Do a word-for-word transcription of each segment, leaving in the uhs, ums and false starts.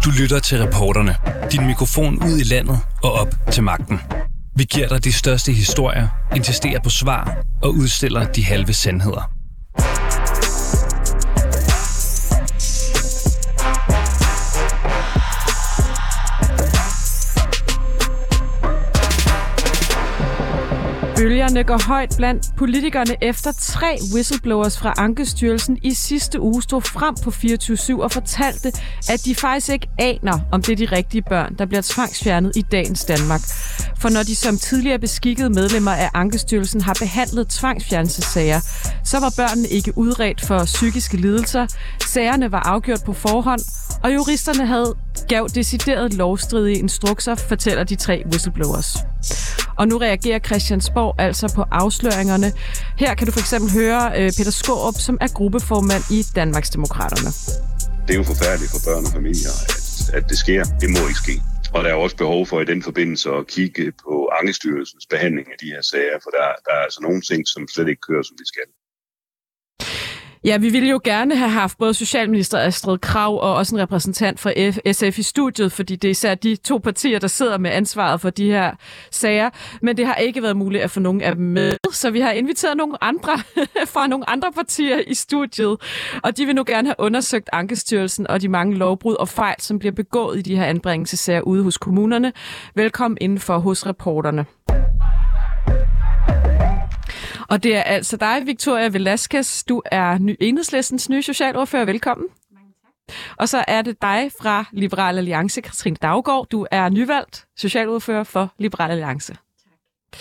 Du lytter til Reporterne. Din mikrofon ud i landet og op til magten. Vi giver dig de største historier, insisterer på svar og udstiller de halve sandheder. Bølgerne går højt blandt politikerne efter tre whistleblowers fra Ankestyrelsen i sidste uge stod frem på fireogtyve syv og fortalte, at de faktisk ikke aner, om det er de rigtige børn, der bliver tvangsfjernet i dagens Danmark. For når de som tidligere beskikkede medlemmer af Ankestyrelsen har behandlet tvangsfjernelsessager, så var børnene ikke udredt for psykiske lidelser, sagerne var afgjort på forhånd, og juristerne havde gav decideret lovstridige instrukser, fortæller de tre whistleblowers. Og nu reagerer Christiansborg altså på afsløringerne. Her kan du for eksempel høre øh, Peter Skaarup, som er gruppeformand i Danmarksdemokraterne. Det er jo forfærdeligt for børn og familier, at, at det sker. Det må ikke ske. Og der er også behov for i den forbindelse at kigge på Ankestyrelsens behandling af de her sager, for der, der er altså nogle ting, som slet ikke kører, som de skal. Ja, vi ville jo gerne have haft både socialminister Astrid Krag og også en repræsentant fra S F i studiet, fordi det er især de to partier, der sidder med ansvaret for de her sager. Men det har ikke været muligt at få nogen af dem med, så vi har inviteret nogle andre fra nogle andre partier i studiet. Og de vil nu gerne have undersøgt Ankestyrelsen og de mange lovbrud og fejl, som bliver begået i de her anbringelsessager ude hos kommunerne. Velkommen indenfor hos Reporterne. Og det er altså dig, Victoria Velasquez. Du er ny, Enhedslistens nye socialordfører. Velkommen. Mange tak. Og så er det dig fra Liberal Alliance, Katrine Daugaard. Du er nyvalgt socialordfører for Liberal Alliance. Tak.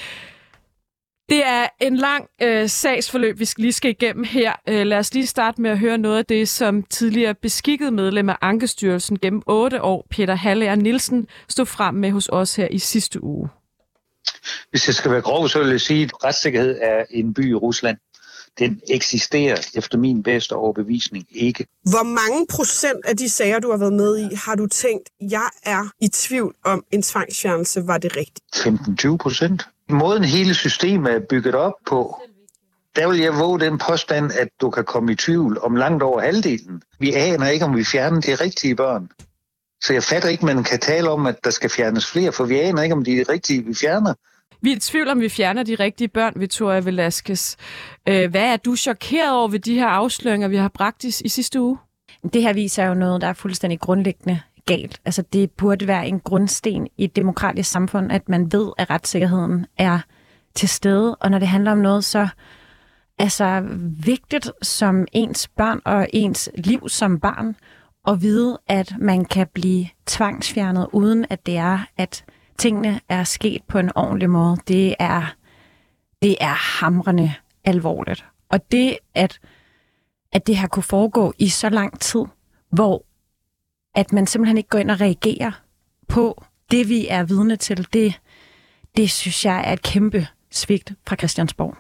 Det er en lang øh, sagsforløb, vi skal lige skal igennem her. Øh, lad os lige starte med at høre noget af det, som tidligere beskikket medlem af Ankestyrelsen gennem otte år, Peter Hallager Nielsen, stod frem med hos os her i sidste uge. Hvis jeg skal være grov, så vil jeg sige, at retssikkerhed er en by i Rusland. Den eksisterer efter min bedste overbevisning ikke. Hvor mange procent af de sager, du har været med i, har du tænkt, jeg er i tvivl om en tvangsfjernelse var det rigtigt? femten til tyve procent. Måden hele systemet er bygget op på, der vil jeg våge den påstand, at du kan komme i tvivl om langt over halvdelen. Vi aner ikke, om vi fjerner de rigtige børn. Så jeg fatter ikke, at man kan tale om, at der skal fjernes flere, for vi aner ikke, om de er rigtige, vi fjerner. Vi er i tvivl om, vi fjerner de rigtige børn, Victoria Velasquez. Hvad er du chokeret over ved de her afsløringer, vi har bragt i, i sidste uge? Det her viser jo noget, der er fuldstændig grundlæggende galt. Altså, det burde være en grundsten i et demokratisk samfund, at man ved, at retssikkerheden er til stede. Og når det handler om noget så altså, vigtigt som ens børn og ens liv som barn, at vide, at man kan blive tvangsfjernet, uden at det er, at tingene er sket på en ordentlig måde, det er, det er hamrende alvorligt. Og det, at, at det har kunne foregå i så lang tid, hvor at man simpelthen ikke går ind og reagerer på det, vi er vidne til, det, det synes jeg er et kæmpe svigt fra Christiansborg.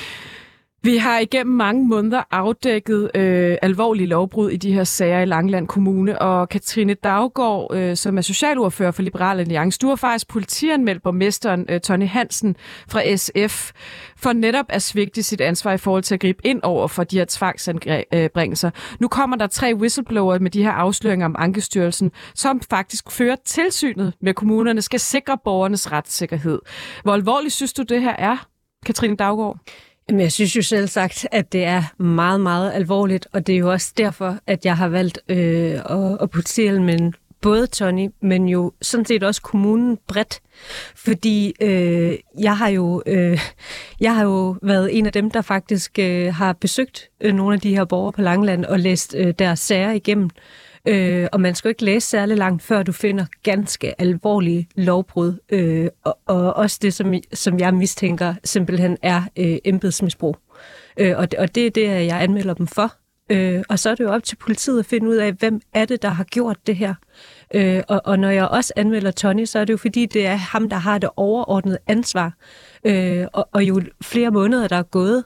Vi har igennem mange måneder afdækket øh, alvorlige lovbrud i de her sager i Langeland Kommune, og Katrine Daugaard, øh, som er socialordfører for Liberal Alliance, du har faktisk politianmeldt borgmesteren øh, Tonni Hansen fra S F for netop at svigte sit ansvar i forhold til at gribe ind over for de her tvangsanbringelser. Nu kommer der tre whistleblower med de her afsløringer om Ankestyrelsen, som faktisk fører tilsynet med kommunerne, skal sikre borgernes retssikkerhed. Hvor alvorligt synes du, det her er, Katrine Daugaard? Jamen, jeg synes jo selv sagt, at det er meget, meget alvorligt, og det er jo også derfor, at jeg har valgt øh, at, at politianmelde både Tonni, men jo sådan set også kommunen bredt, fordi øh, jeg har jo øh, jeg har jo været en af dem, der faktisk øh, har besøgt øh, nogle af de her borgere på Langeland og læst øh, deres sager igennem. Øh, og man skal jo ikke læse særlig langt, før du finder ganske alvorlige lovbrud. Øh, og, og også det, som, som jeg mistænker, simpelthen er øh, embedsmisbrug. Øh, og, og det er det, jeg anmelder dem for. Øh, og så er det jo op til politiet at finde ud af, hvem er det, der har gjort det her. Øh, og, og når jeg også anmelder Tonni, så er det jo fordi, det er ham, der har det overordnede ansvar. Øh, og, og jo flere måneder, der er gået,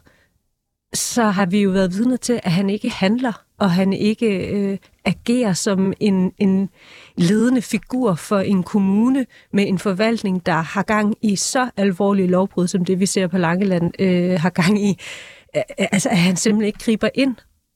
så har vi jo været vidne til, at han ikke handler, og han ikke øh, agerer som en, en ledende figur for en kommune med en forvaltning, der har gang i så alvorlige lovbrud, som det vi ser på Langeland øh, har gang i. Altså, at han simpelthen ikke griber ind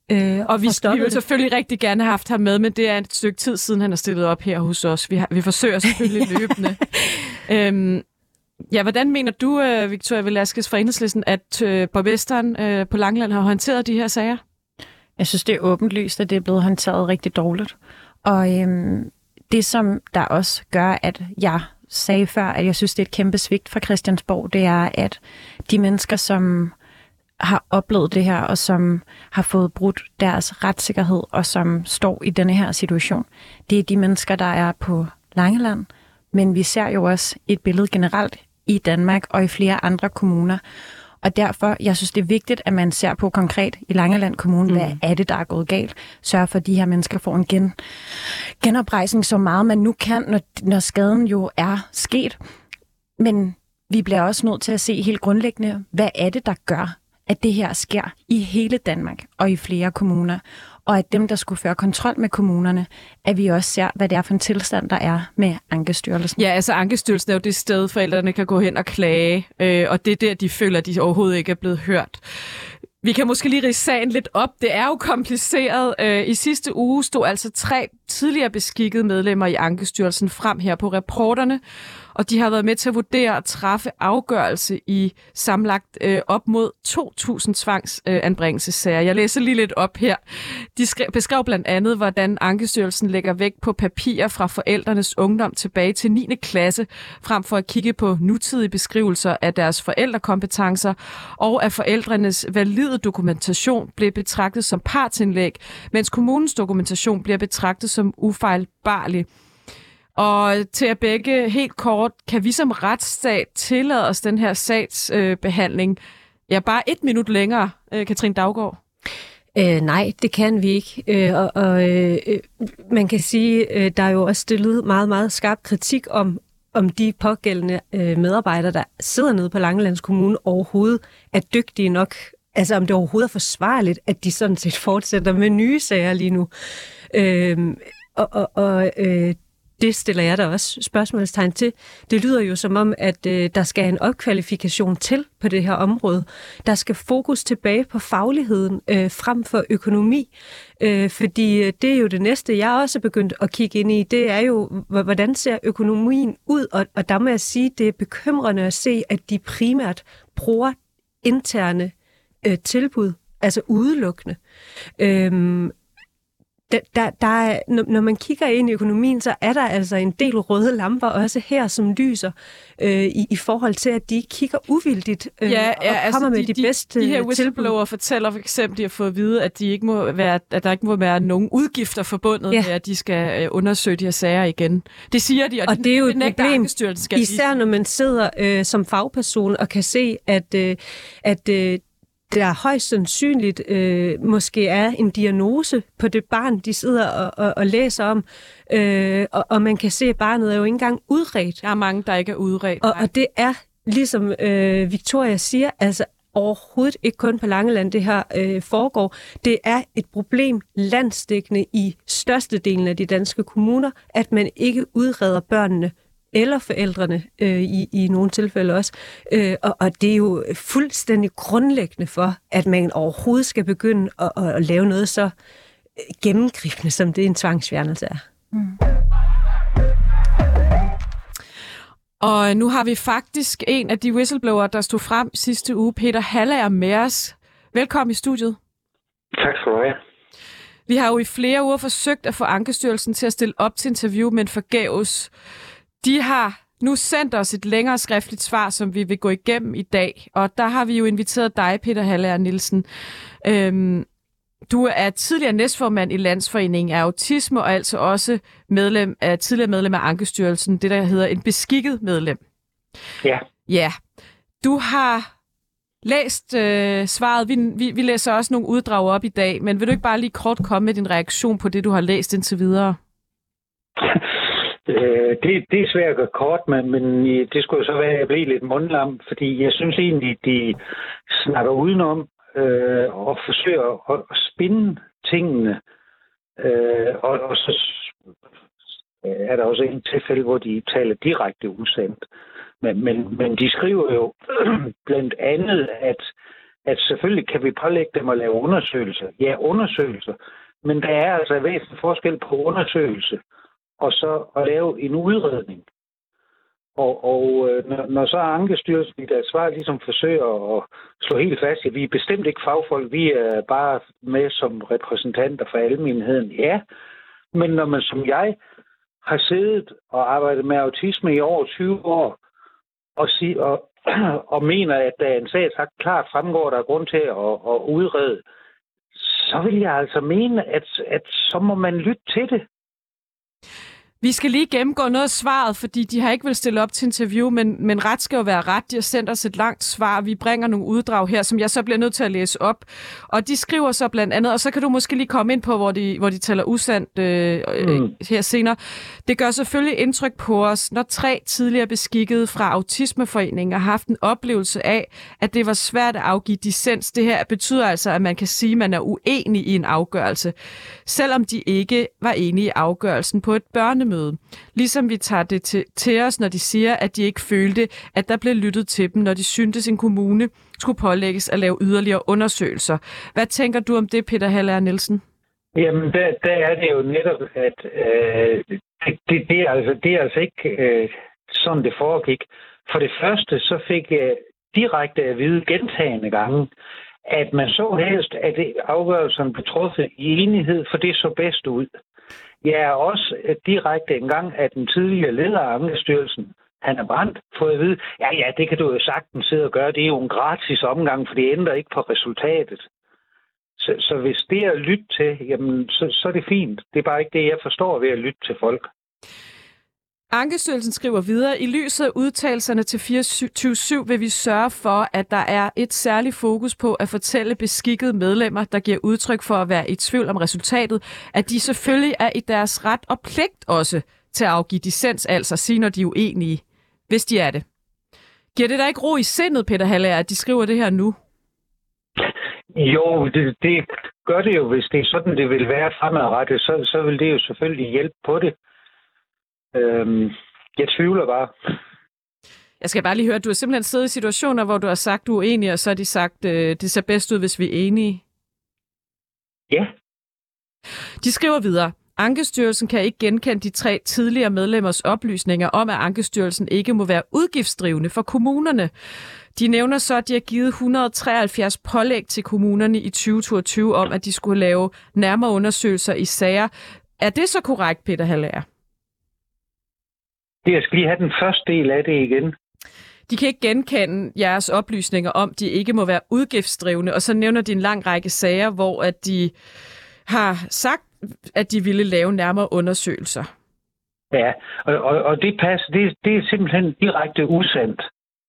Øh, og vi, vi vil det. selvfølgelig rigtig gerne have haft ham med, men det er et stykke tid siden, han er stillet op her hos os. Vi, har, vi forsøger selvfølgelig løbende. øhm, ja, hvordan mener du, uh, Victoria Velasquez fra Enhedslisten, at uh, borgmesteren uh, på Langeland har håndteret de her sager? Jeg synes, det er åbenlyst, at det er blevet håndteret rigtig dårligt. Og øhm, det, som der også gør, at jeg sagde før, at jeg synes, det er et kæmpe svigt fra Christiansborg, det er, at de mennesker, som har oplevet det her, og som har fået brudt deres retssikkerhed, og som står i denne her situation, det er de mennesker, der er på Langeland. Men vi ser jo også et billede generelt i Danmark og i flere andre kommuner. Og derfor, jeg synes, det er vigtigt, at man ser på konkret i Langeland Kommune, mm. hvad er det, der er gået galt. Sørg for, at de her mennesker får en gen, genoprejsning så meget, man nu kan, når, når skaden jo er sket. Men vi bliver også nødt til at se helt grundlæggende, hvad er det, der gør, at det her sker i hele Danmark og i flere kommuner. Og at dem, der skulle føre kontrol med kommunerne, at vi også ser, hvad det er for en tilstand, der er med Ankestyrelsen. Ja, altså Ankestyrelsen er jo det sted, forældrene kan gå hen og klage, øh, og det er der, de føler, at de overhovedet ikke er blevet hørt. Vi kan måske lige ridse sagen lidt op. Det er jo kompliceret. Øh, I sidste uge stod altså tre tidligere beskikkede medlemmer i Ankestyrelsen frem her på Reporterne, og de har været med til at vurdere og træffe afgørelse i sammenlagt øh, op mod to tusind tvangsanbringelsessager. Jeg læser lige lidt op her. De skrev, beskrev blandt andet, hvordan Ankestyrelsen lægger vægt på papirer fra forældrenes ungdom tilbage til niende klasse, frem for at kigge på nutidige beskrivelser af deres forældrekompetencer, og at forældrenes valide dokumentation blev betragtet som partsindlæg, mens kommunens dokumentation bliver betragtet som ufejlbarlig. Og til at begge helt kort, kan vi som retsstat tillade os den her sagsbehandling? Øh, ja, bare et minut længere, øh, Katrine Daugaard. Øh, nej, det kan vi ikke. Øh, og og øh, man kan sige, øh, der er jo også stillet meget, meget skarp kritik om, om de pågældende øh, medarbejdere, der sidder nede på Langelands Kommune, overhovedet er dygtige nok. Altså om det overhovedet er forsvarligt, at de sådan set fortsætter med nye sager lige nu. Øh, og og, og øh, det stiller jeg da også spørgsmålstegn til. Det lyder jo som om, at øh, der skal en opkvalifikation til på det her område. Der skal fokus tilbage på fagligheden øh, frem for økonomi. Øh, fordi det er jo det næste, jeg også er begyndt at kigge ind i. Det er jo, hvordan ser økonomien ud? Og, og der må jeg sige, det er bekymrende at se, at de primært bruger interne øh, tilbud, altså udelukkende. Øhm, Der, der, der er, når man kigger ind i økonomien, så er der altså en del røde lamper også her, som lyser øh, i, i forhold til, at de kigger uvildigt øh, ja, ja, og kommer altså med de, de bedste De her tilbud. whistleblower fortæller for eksempel, at de har fået at vide, at, de ikke må være, at der ikke må være nogen udgifter forbundet ja. med, at de skal øh, undersøge de her sager igen. Det siger de, og, og det, det er jo det et problem, skal især når man sidder øh, som fagperson og kan se, at, øh, at øh, der højst sandsynligt øh, måske er en diagnose på det barn, de sidder og, og, og læser om, øh, og, og man kan se, at barnet er jo ikke engang udredt. Der er mange, der ikke er udredt. Og, og det er, ligesom øh, Victoria siger, altså overhovedet ikke kun på Langeland, det her øh, foregår. Det er et problem landsdækkende i størstedelen af de danske kommuner, at man ikke udreder børnene eller forældrene øh, i, i nogle tilfælde også. Øh, og, og det er jo fuldstændig grundlæggende for, at man overhovedet skal begynde at, at, at lave noget så gennemgribende, som det en tvangsfjernelse er. Mm. Og nu har vi faktisk en af de whistleblower, der stod frem sidste uge, Peter Hallager med os. Velkommen i studiet. Tak skal du have. Vi har jo i flere uger forsøgt at få Ankestyrelsen til at stille op til interview, men forgæves. De har nu sendt os et længere skriftligt svar, som vi vil gå igennem i dag. Og der har vi jo inviteret dig, Peter Hallager Nielsen. Øhm, du er tidligere næstformand i Landsforeningen af Autisme, og altså også medlem af, tidligere medlem af Ankestyrelsen, det der hedder en beskikket medlem. Ja. Ja. Du har læst øh, svaret. Vi, vi, vi læser også nogle uddrag op i dag, men vil du ikke bare lige kort komme med din reaktion på det, du har læst indtil videre? Det, det er svært at gøre kort, men, men det skulle jo så være, at jeg blev lidt mundlam, fordi jeg synes egentlig, de snakker udenom øh, og forsøger at, at spinde tingene. Øh, og, og så er der også en tilfælde, hvor de taler direkte usandt. Men, men, men de skriver jo blandt andet, at, at selvfølgelig kan vi pålægge dem at lave undersøgelser. Ja, undersøgelser. Men der er altså en væsentlig forskel på undersøgelse og så at lave en udredning. Og, og når, når så Ankestyrelsen i deres svar ligesom forsøger at slå helt fast, at vi er bestemt ikke fagfolk, vi er bare med som repræsentanter for almenheden. Ja, men når man som jeg har siddet og arbejdet med autisme i over tyve år, og, sig, og, og mener, at der er en sag sagt klart fremgår, der er grund til at, at udrede, så vil jeg altså mene, at, at så må man lytte til det. Vi skal lige gennemgå noget af svaret, fordi de har ikke vil stille op til interview, men, men ret skal jo være ret. De har sendt os et langt svar. Vi bringer nogle uddrag her, som jeg så bliver nødt til at læse op. Og de skriver så blandt andet, og så kan du måske lige komme ind på, hvor de, hvor de taler usandt øh, mm. her senere. Det gør selvfølgelig indtryk på os, når tre tidligere beskikkede fra Autismeforeningen har haft en oplevelse af, at det var svært at afgive dissens. Det her betyder altså, at man kan sige, at man er uenig i en afgørelse, selvom de ikke var enige i afgørelsen på et børnemøde. Ligesom vi tager det til, til os, når de siger, at de ikke følte, at der blev lyttet til dem, når de syntes, en kommune skulle pålægges at lave yderligere undersøgelser. Hvad tænker du om det, Peter Hallager Nielsen? Jamen, der, der er det jo netop, at øh, det, det, det, er altså, det er altså ikke øh, sådan, det foregik. For det første, så fik jeg direkte at vide gentagende gange, at man så helst, at afgørelsen blev truffet i enighed, for det så bedst ud. Jeg er også direkte engang, at den tidligere leder af Ankestyrelsen, han er brændt, fået at vide, ja, ja, det kan du jo sagtens sidde og gøre, det er jo en gratis omgang, for det ændrer ikke på resultatet. Så, så hvis det er at lytte til, jamen, så, så er det fint. Det er bare ikke det, jeg forstår ved at lytte til folk. Ankestyrelsen skriver videre, i lyset af udtalelserne til fireogtyve syv vil vi sørge for, at der er et særligt fokus på at fortælle beskikkede medlemmer, der giver udtryk for at være i tvivl om resultatet, at de selvfølgelig er i deres ret og pligt også til at afgive dissens, altså sige, når de er uenige, hvis de er det. Giver det da ikke ro i sindet, Peter Hallager, at de skriver det her nu? Jo, det, det gør det jo, hvis det er sådan, det vil være fremadrettet, så, så vil det jo selvfølgelig hjælpe på det. Øhm, jeg tvivler bare. Jeg skal bare lige høre, at du har simpelthen siddet i situationer, hvor du har sagt, du er enig, og så har de sagt, øh, det ser bedst ud, hvis vi er enige. Ja. De skriver videre, Ankestyrelsen kan ikke genkende de tre tidligere medlemmers oplysninger om, at Ankestyrelsen ikke må være udgiftsdrivende for kommunerne. De nævner så, at de har givet et hundrede og treoghalvfjerds pålæg til kommunerne i tyve toogtyve om, at de skulle lave nærmere undersøgelser i sager. Er det så korrekt, Peter Hallager? Det, jeg skal lige have den første del af det igen. De kan ikke genkende jeres oplysninger om, de ikke må være udgiftsdrivende, og så nævner de en lang række sager, hvor at de har sagt, at de ville lave nærmere undersøgelser. Ja, og, og, og det passer, det, det er simpelthen direkte usandt.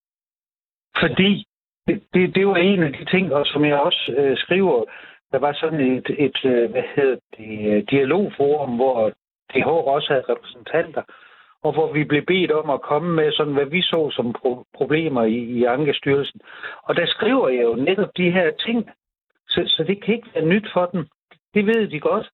Fordi det, det, det var en af de ting, og som jeg også øh, skriver, der var sådan et, et hvad hedder det, dialogforum, hvor D H også havde repræsentanter, og hvor vi blev bedt om at komme med sådan, hvad vi så som pro- problemer i, i Ankestyrelsen. Og der skriver jeg jo netop de her ting, så, så det kan ikke være nyt for dem. Det ved de godt.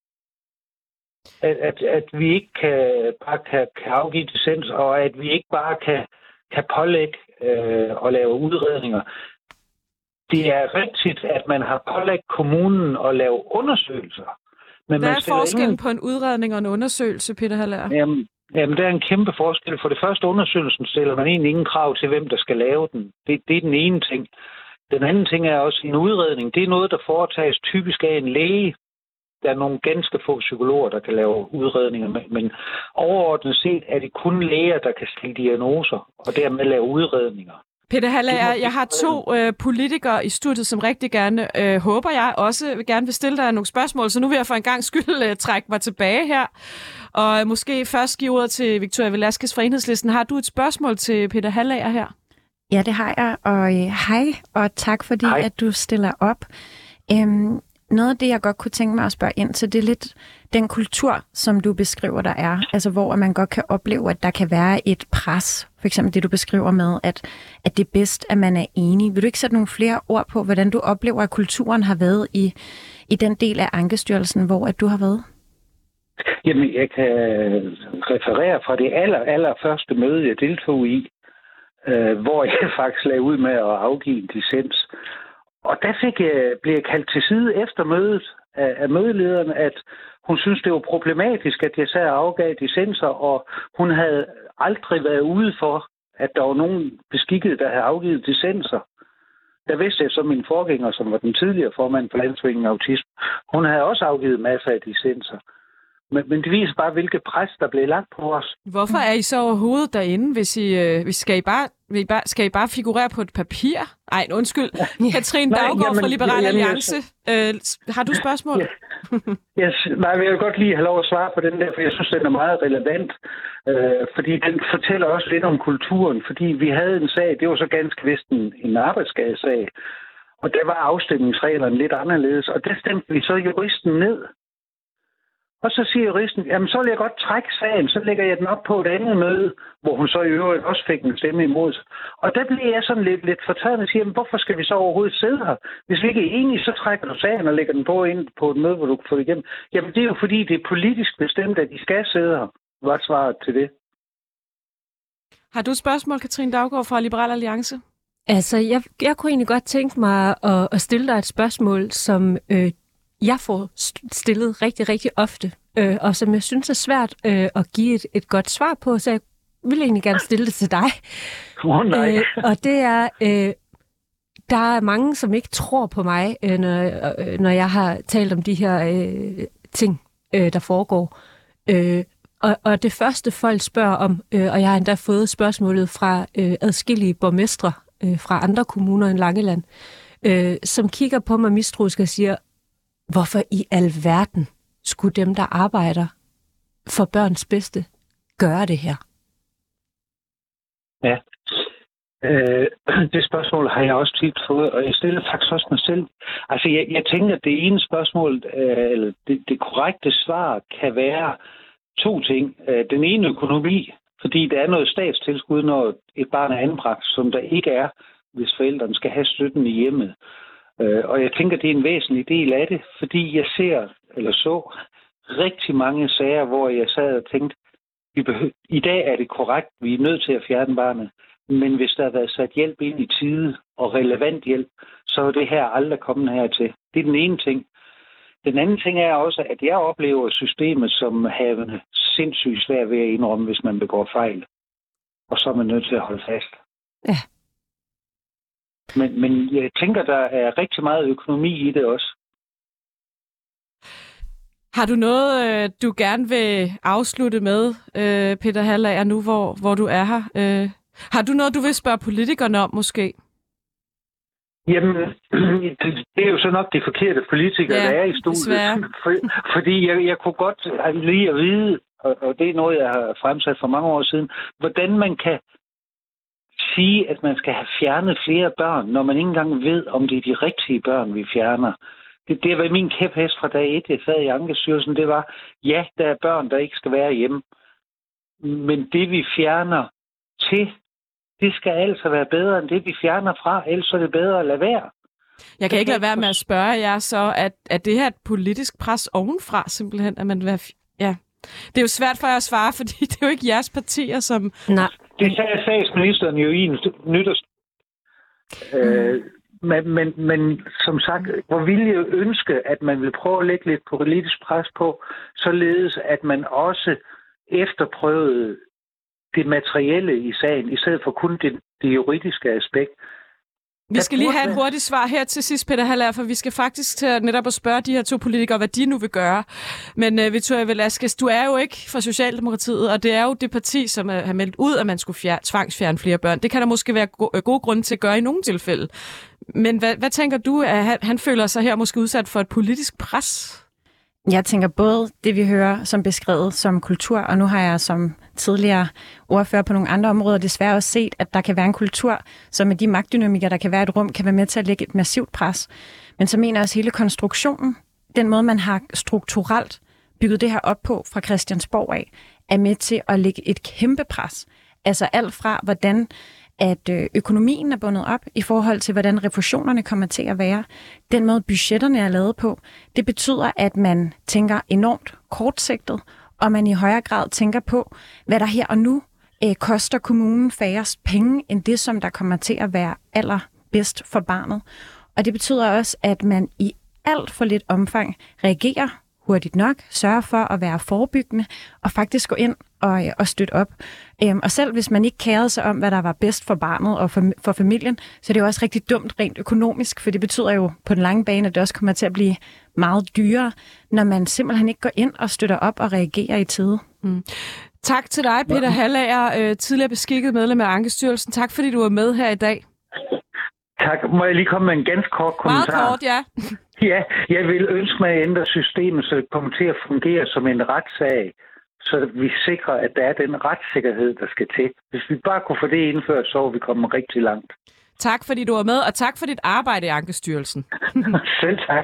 At, at, at vi ikke kan, bare kan, kan afgive dissens, og at vi ikke bare kan, kan pålægge øh, og lave udredninger. Det er rigtigt, at man har pålagt kommunen at lave undersøgelser. Men Hvad man er forskellen ingen... på en udredning og en undersøgelse, Peter Hallager? Jamen, jamen, der er en kæmpe forskel. For det første undersøgelsen stiller man egentlig ingen krav til, hvem der skal lave den. Det, det er den ene ting. Den anden ting er også en udredning. Det er noget, der foretages typisk af en læge. Der er nogle ganske få psykologer, der kan lave udredninger. Men overordnet set er det kun læger, der kan stille diagnoser og dermed lave udredninger. Peter Hallager, jeg har to øh, politikere i studiet, som rigtig gerne, øh, håber jeg, også vil gerne vil stille dig nogle spørgsmål. Så nu vil jeg for en gang skyld øh, trække mig tilbage her. Og øh, måske først give ordet til Victoria Velasquez fra Enhedslisten. Har du et spørgsmål til Peter Hallager her? Ja, det har jeg. Og øh, hej, og tak fordi, hej. at du stiller op. Øhm, noget af det, jeg godt kunne tænke mig at spørge ind til, det er lidt den kultur, som du beskriver, der er. Altså, hvor man godt kan opleve, at der kan være et pres. For eksempel det, du beskriver med, at, at det er bedst, at man er enig. Vil du ikke sætte nogle flere ord på, hvordan du oplever, at kulturen har været i, i den del af Ankestyrelsen, hvor at du har været? Jamen, jeg kan referere fra det aller, aller første møde, jeg deltog i, øh, hvor jeg faktisk lagde ud med at afgive en dissens. Og der fik jeg, blev jeg kaldt til side efter mødet af, af mødelederen, at hun synes, det var problematisk, at jeg sad og afgav dissenser, og hun havde aldrig været ude for, at der var nogen beskikkede, der havde afgivet dissenser. Der vidste jeg så min forgænger, som var den tidligere formand for Landsforeningen Autisme, hun havde også afgivet masser af dissenser. Men, men det viser bare, hvilket pres, der blev lagt på os. Hvorfor er I så overhovedet derinde, hvis I, øh, hvis skal, I bare, vil I bare, skal I bare figurere på et papir? Ej, undskyld. Katrine Daugaard fra Liberal Alliance. Øh, har du spørgsmål? Ja. Yes, nej, jeg vil godt lige have lov at svare på den der, for jeg synes, den er meget relevant. Øh, fordi den fortæller også lidt om kulturen. Fordi vi havde en sag, det var så ganske vist en, en arbejdsskadesag. Og der var afstemningsreglerne lidt anderledes. Og der stemte vi så juristen ned. Og så siger juristen, jamen så vil jeg godt trække sagen, så lægger jeg den op på et andet møde, hvor hun så i øvrigt også fik en stemme imod. Og der bliver jeg sådan lidt, lidt fortaget og siger, jamen hvorfor skal vi så overhovedet sidde her? Hvis vi ikke er enige, så trækker du sagen og lægger den på ind på et møde, hvor du kan få det igennem. Jamen det er jo fordi, det er politisk bestemt, at de skal sidde her. Hvad er svaret til det? Har du et spørgsmål, Katrine Daugaard fra Liberal Alliance? Altså, jeg, jeg kunne egentlig godt tænke mig at, at stille dig et spørgsmål, som øh, jeg får stillet rigtig, rigtig ofte, øh, og som jeg synes er svært øh, at give et, et godt svar på, så jeg vil egentlig gerne stille det til dig. Oh, nej. Øh, og det er, øh, der er mange, som ikke tror på mig, øh, når, øh, når jeg har talt om de her øh, ting, øh, der foregår. Øh, og, og det første, folk spørger om, øh, og jeg har endda fået spørgsmålet fra øh, adskillige borgmestre øh, fra andre kommuner end Langeland, øh, som kigger på mig mistroisk og siger, hvorfor i alverden skulle dem, der arbejder for børns bedste, gøre det her? Ja, øh, det spørgsmål har jeg også tit fået, og jeg stiller faktisk også mig selv. Altså, jeg, jeg tænker, at det ene spørgsmål, øh, eller det, det korrekte svar, kan være to ting. Øh, den ene økonomi, fordi der er noget statstilskud, når et barn er anbragt, som der ikke er, hvis forældrene skal have støtten i hjemmet. Og jeg tænker, det er en væsentlig del af det, fordi jeg ser, eller så, rigtig mange sager, hvor jeg sad og tænkte, vi behøver, i dag er det korrekt, vi er nødt til at fjerne barnet, men hvis der har været sat hjælp ind i tide, og relevant hjælp, så er det her aldrig kommet hertil. Det er den ene ting. Den anden ting er også, at jeg oplever systemet som havende sindssygt svært ved at indrømme, hvis man begår fejl. Og så er man nødt til at holde fast. Ja. Men, men jeg tænker, der er rigtig meget økonomi i det også. Har du noget, du gerne vil afslutte med, Peter Hallager, nu hvor, hvor du er her? Har du noget, du vil spørge politikerne om, måske? Jamen, det, det er jo så nok de forkerte politikere, ja, der er i studiet. For, fordi jeg, jeg kunne godt lige at vide, og, og det er noget, jeg har fremsat for mange år siden, hvordan man kan sige, at man skal have fjernet flere børn, når man ikke engang ved, om det er de rigtige børn, vi fjerner. Det, det var min kæphest fra dag et, jeg sad i Ankestyrelsen, det var, ja, der er børn, der ikke skal være hjemme. Men det, vi fjerner til, det skal altså være bedre end det, vi fjerner fra, ellers er det bedre at lade være. Jeg kan ikke lade være med at spørge jer så, at, at det her et politisk pres ovenfra, simpelthen, at man vil have... Ja. Det er jo svært for jer at svare, fordi det er jo ikke jeres partier, som... Nej. Det sagde statsministeren jo i en nytårs... Mm. Øh, men, men, men som sagt, hvor ville jeg ønske, at man vil prøve at lægge lidt politisk pres på, således at man også efterprøvede det materielle i sagen, i stedet for kun det, det juridiske aspekt. Vi skal lige have et hurtigt svar her til sidst, Peter Hallager, for vi skal faktisk til netop at spørge de her to politikere, hvad de nu vil gøre. Men uh, Victoria Velasquez, du er jo ikke fra Socialdemokratiet, og det er jo det parti, som uh, har meldt ud, at man skulle fjerne, tvangsfjerne flere børn. Det kan der måske være go- gode grunde til at gøre i nogle tilfælde. Men hvad, hvad tænker du, at han, han føler sig her måske udsat for et politisk pres? Jeg tænker både det, vi hører som beskrevet som kultur, og nu har jeg som tidligere ordfører på nogle andre områder desværre også set, at der kan være en kultur, som med de magtdynamikker, der kan være et rum, kan være med til at lægge et massivt pres. Men så mener jeg også hele konstruktionen, den måde, man har strukturelt bygget det her op på fra Christiansborg af, er med til at lægge et kæmpe pres. Altså alt fra, hvordan at økonomien er bundet op i forhold til, hvordan refusionerne kommer til at være. Den måde, budgetterne er lavet på, det betyder, at man tænker enormt kortsigtet, og man i højere grad tænker på, hvad der her og nu øh, koster kommunen færrest penge, end det, som der kommer til at være allerbedst for barnet. Og det betyder også, at man i alt for lidt omfang reagerer hurtigt nok, sørger for at være forebyggende og faktisk gå ind og, og støtte op. Øhm, og selv hvis man ikke kærede sig om, hvad der var bedst for barnet og for, for familien, så er det jo også rigtig dumt rent økonomisk, for det betyder jo på den lange bane, at det også kommer til at blive meget dyrere, når man simpelthen ikke går ind og støtter op og reagerer i tide. Mm. Tak til dig, Peter Hallager, tidligere beskikket medlem af Ankestyrelsen. Tak fordi du var med her i dag. Tak. Må jeg lige komme med en ganske kort kommentar? Meget kort, ja. Ja, jeg vil ønske mig at ændre systemet, så det kommer til at fungere som en retssag, så vi sikrer, at der er den retssikkerhed, der skal til. Hvis vi bare kunne få det indført, så er vi kommet rigtig langt. Tak fordi du var med, og tak for dit arbejde i Ankestyrelsen. Selv tak.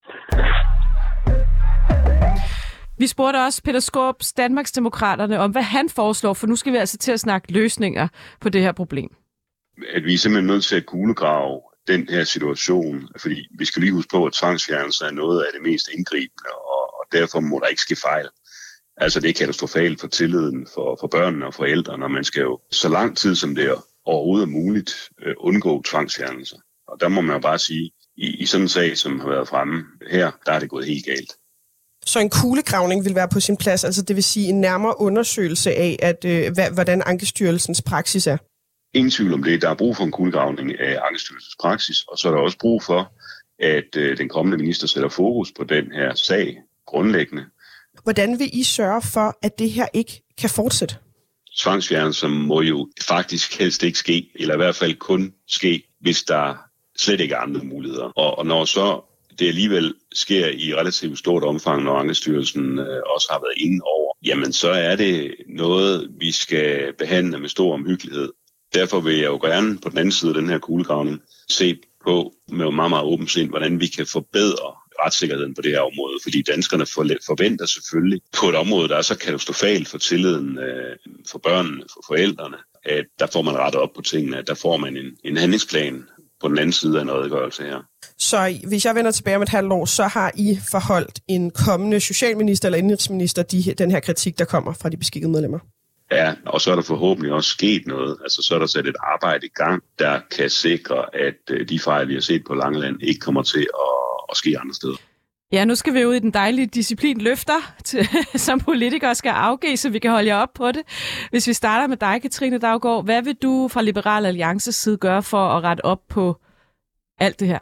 Vi spurgte også Peter Skaarups Danmarksdemokraterne om, hvad han foreslår, for nu skal vi altså til at snakke løsninger på det her problem. At vi er simpelthen nødt til at kuglegrave den her situation, fordi vi skal lige huske på, at tvangsfjernelse er noget af det mest indgribende, og, og derfor må der ikke ske fejl. Altså det er katastrofalt for tilliden for, for børnene og forældre, når man skal jo så lang tid som det overhovedet er muligt øh, undgå tvangsfjernelse. Og der må man jo bare sige, i, i sådan en sag, som har været fremme her, der er det gået helt galt. Så en kuglegravning vil være på sin plads, altså det vil sige en nærmere undersøgelse af, at, øh, hvad, hvordan Ankestyrelsens praksis er? Ingen tvivl om det. Der er brug for en kuglegravning af Ankestyrelsens praksis, og så er der også brug for, at øh, den kommende minister sætter fokus på den her sag grundlæggende. Hvordan vil I sørge for, at det her ikke kan fortsætte? Tvangsfjernelse må jo faktisk helst ikke ske, eller i hvert fald kun ske, hvis der slet ikke er andre muligheder. Og, og når så det alligevel sker i relativt stort omfang, når Ankestyrelsen øh, også har været inde over, jamen så er det noget, vi skal behandle med stor omhyggelighed. Derfor vil jeg jo gerne på den anden side af den her kuglegravning se på med meget, meget åbent sind, hvordan vi kan forbedre retssikkerheden på det her område. Fordi danskerne forventer selvfølgelig på et område, der er så katastrofalt for tilliden øh, for børnene, for forældrene, at der får man rettet op på tingene, at der får man en, en handlingsplan på den anden side af en redegørelse her. Så hvis jeg vender tilbage om et halvt år, så har I forholdt en kommende socialminister eller indenrigsminister de, den her kritik, der kommer fra de beskikkede medlemmer? Ja, og så er der forhåbentlig også sket noget. Altså så er der sat et arbejde i gang, der kan sikre, at de fejl, vi har set på Langeland, ikke kommer til at, at ske andre steder. Ja, nu skal vi ud i den dejlige disciplin løfter, til, som politikere skal afgive, så vi kan holde jer op på det. Hvis vi starter med dig, Katrine Daugaard, hvad vil du fra Liberal Alliances side gøre for at rette op på alt det her?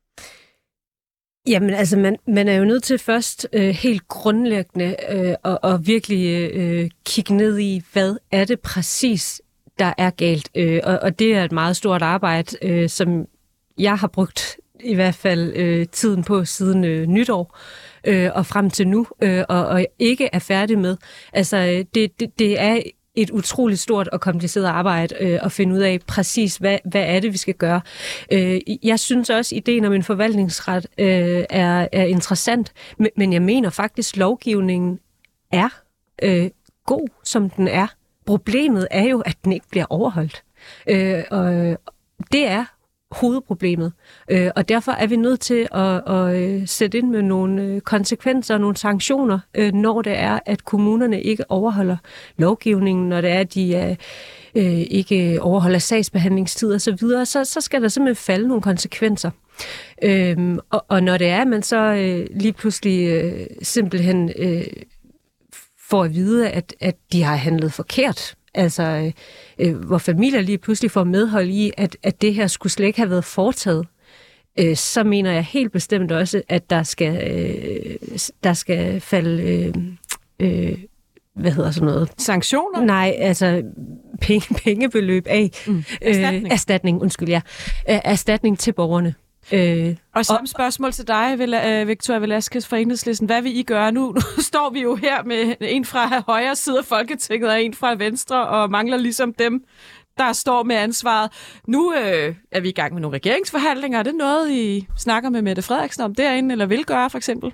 Jamen altså, man, man er jo nødt til først øh, helt grundlæggende øh, og, og virkelig øh, kigge ned i, hvad er det præcis, der er galt. Øh, og, og det er et meget stort arbejde, øh, som jeg har brugt i hvert fald øh, tiden på siden øh, nytår øh, og frem til nu, øh, og, og ikke er færdig med. Altså, det, det, det er et utroligt stort og kompliceret arbejde øh, at finde ud af præcis, hvad, hvad er det, vi skal gøre. Øh, jeg synes også, at ideen om en forvaltningsret øh, er, er interessant, men, men jeg mener faktisk, at lovgivningen er øh, god, som den er. Problemet er jo, at den ikke bliver overholdt. Øh, og det er hovedproblemet. Øh, og derfor er vi nødt til at, at sætte ind med nogle konsekvenser og nogle sanktioner, øh, når det er, at kommunerne ikke overholder lovgivningen, når det er, at de er, øh, ikke overholder sagsbehandlingstid og så videre, så, så skal der simpelthen falde nogle konsekvenser. Øh, og, og når det er, at man så øh, lige pludselig øh, simpelthen øh, får at vide, at, at de har handlet forkert, altså øh, hvor familier lige pludselig får medhold i, at, at det her skulle slet ikke have været foretaget, øh, så mener jeg helt bestemt også, at der skal, øh, der skal falde, øh, øh, hvad hedder sådan noget? Sanktioner? Nej, altså penge, pengebeløb af. Mm. Erstatning. Øh, erstatning, undskyld, ja. Erstatning til borgerne. Øh, og samme spørgsmål til dig, Victoria Velasquez fra Enhedslisten. Hvad vil I gøre nu? Nu står vi jo her med en fra højre side af Folketinget og en fra venstre, og mangler ligesom dem, der står med ansvaret. Nu øh, er vi i gang med nogle regeringsforhandlinger. Er det noget, I snakker med Mette Frederiksen om derinde, eller vil gøre for eksempel?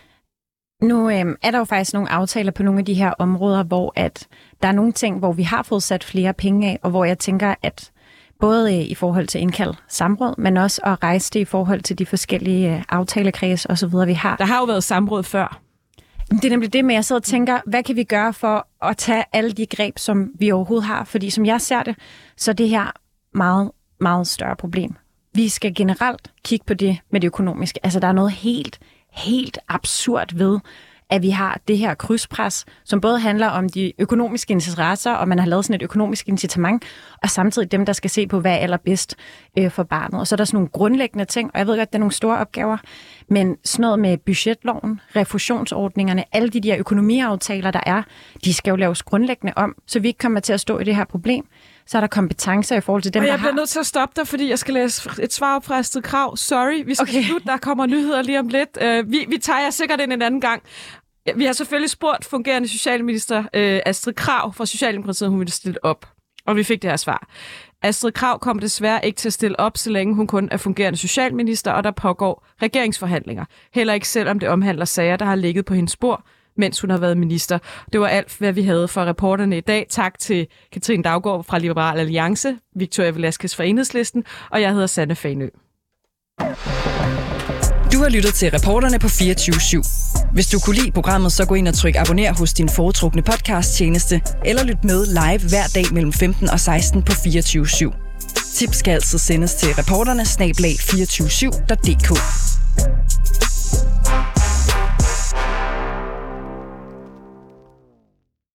Nu øh, er der jo faktisk nogle aftaler på nogle af de her områder, hvor at der er nogle ting, hvor vi har fået sat flere penge af, og hvor jeg tænker, at både i forhold til indkald samråd, men også at rejse det i forhold til de forskellige aftalekreds og så videre, vi har. Der har jo været samråd før. Det er nemlig det, men jeg sidder og tænker, hvad kan vi gøre for at tage alle de greb, som vi overhovedet har? Fordi som jeg ser det, så er det her meget, meget større problem. vi skal generelt kigge på det med det økonomiske. Altså, der er noget helt, helt absurd ved, at vi har det her krydspres, som både handler om de økonomiske interesser, og man har lavet sådan et økonomisk incitament, og samtidig dem, der skal se på, hvad er allerbedst øh, for barnet. Og så er der sådan nogle grundlæggende ting, og jeg ved godt, det er nogle store opgaver, men sådan noget med budgetloven, refusionsordningerne, alle de der økonomiaftaler, der er, de skal jo laves grundlæggende om, så vi ikke kommer til at stå i det her problem. Så er der kompetencer i forhold til dem, og der jeg bliver har... nødt til at stoppe dig, fordi jeg skal læse et svar op fra Astrid Krag. Sorry, vi skal Okay. slutte. Der kommer nyheder lige om lidt. Uh, vi, vi tager jer sikkert ind en anden gang. Vi har selvfølgelig spurgt fungerende socialminister uh, Astrid Krag fra Socialdemokratiet, hun ville stille op. Og vi fik det her svar. Astrid Krag kommer desværre ikke til at stille op, så længe hun kun er fungerende socialminister, og der pågår regeringsforhandlinger. Heller ikke selvom det omhandler sager, der har ligget på hendes spor, mens hun har været minister. Det var alt, hvad vi havde for reporterne i dag. Tak til Katrine Daugaard fra Liberal Alliance, Victoria Velasquez fra Enhedslisten, og jeg hedder Sanne Fanø. Du har lyttet til Reporterne på fireogtyve syv. Hvis du kunne lide programmet, så gå ind og tryk abonner hos din foretrukne podcast-tjeneste, eller lyt med live hver dag mellem femten og seksten på fireogtyve syv. Tips skal altid sendes til reporterne snabel-a to fire syv punktum d k.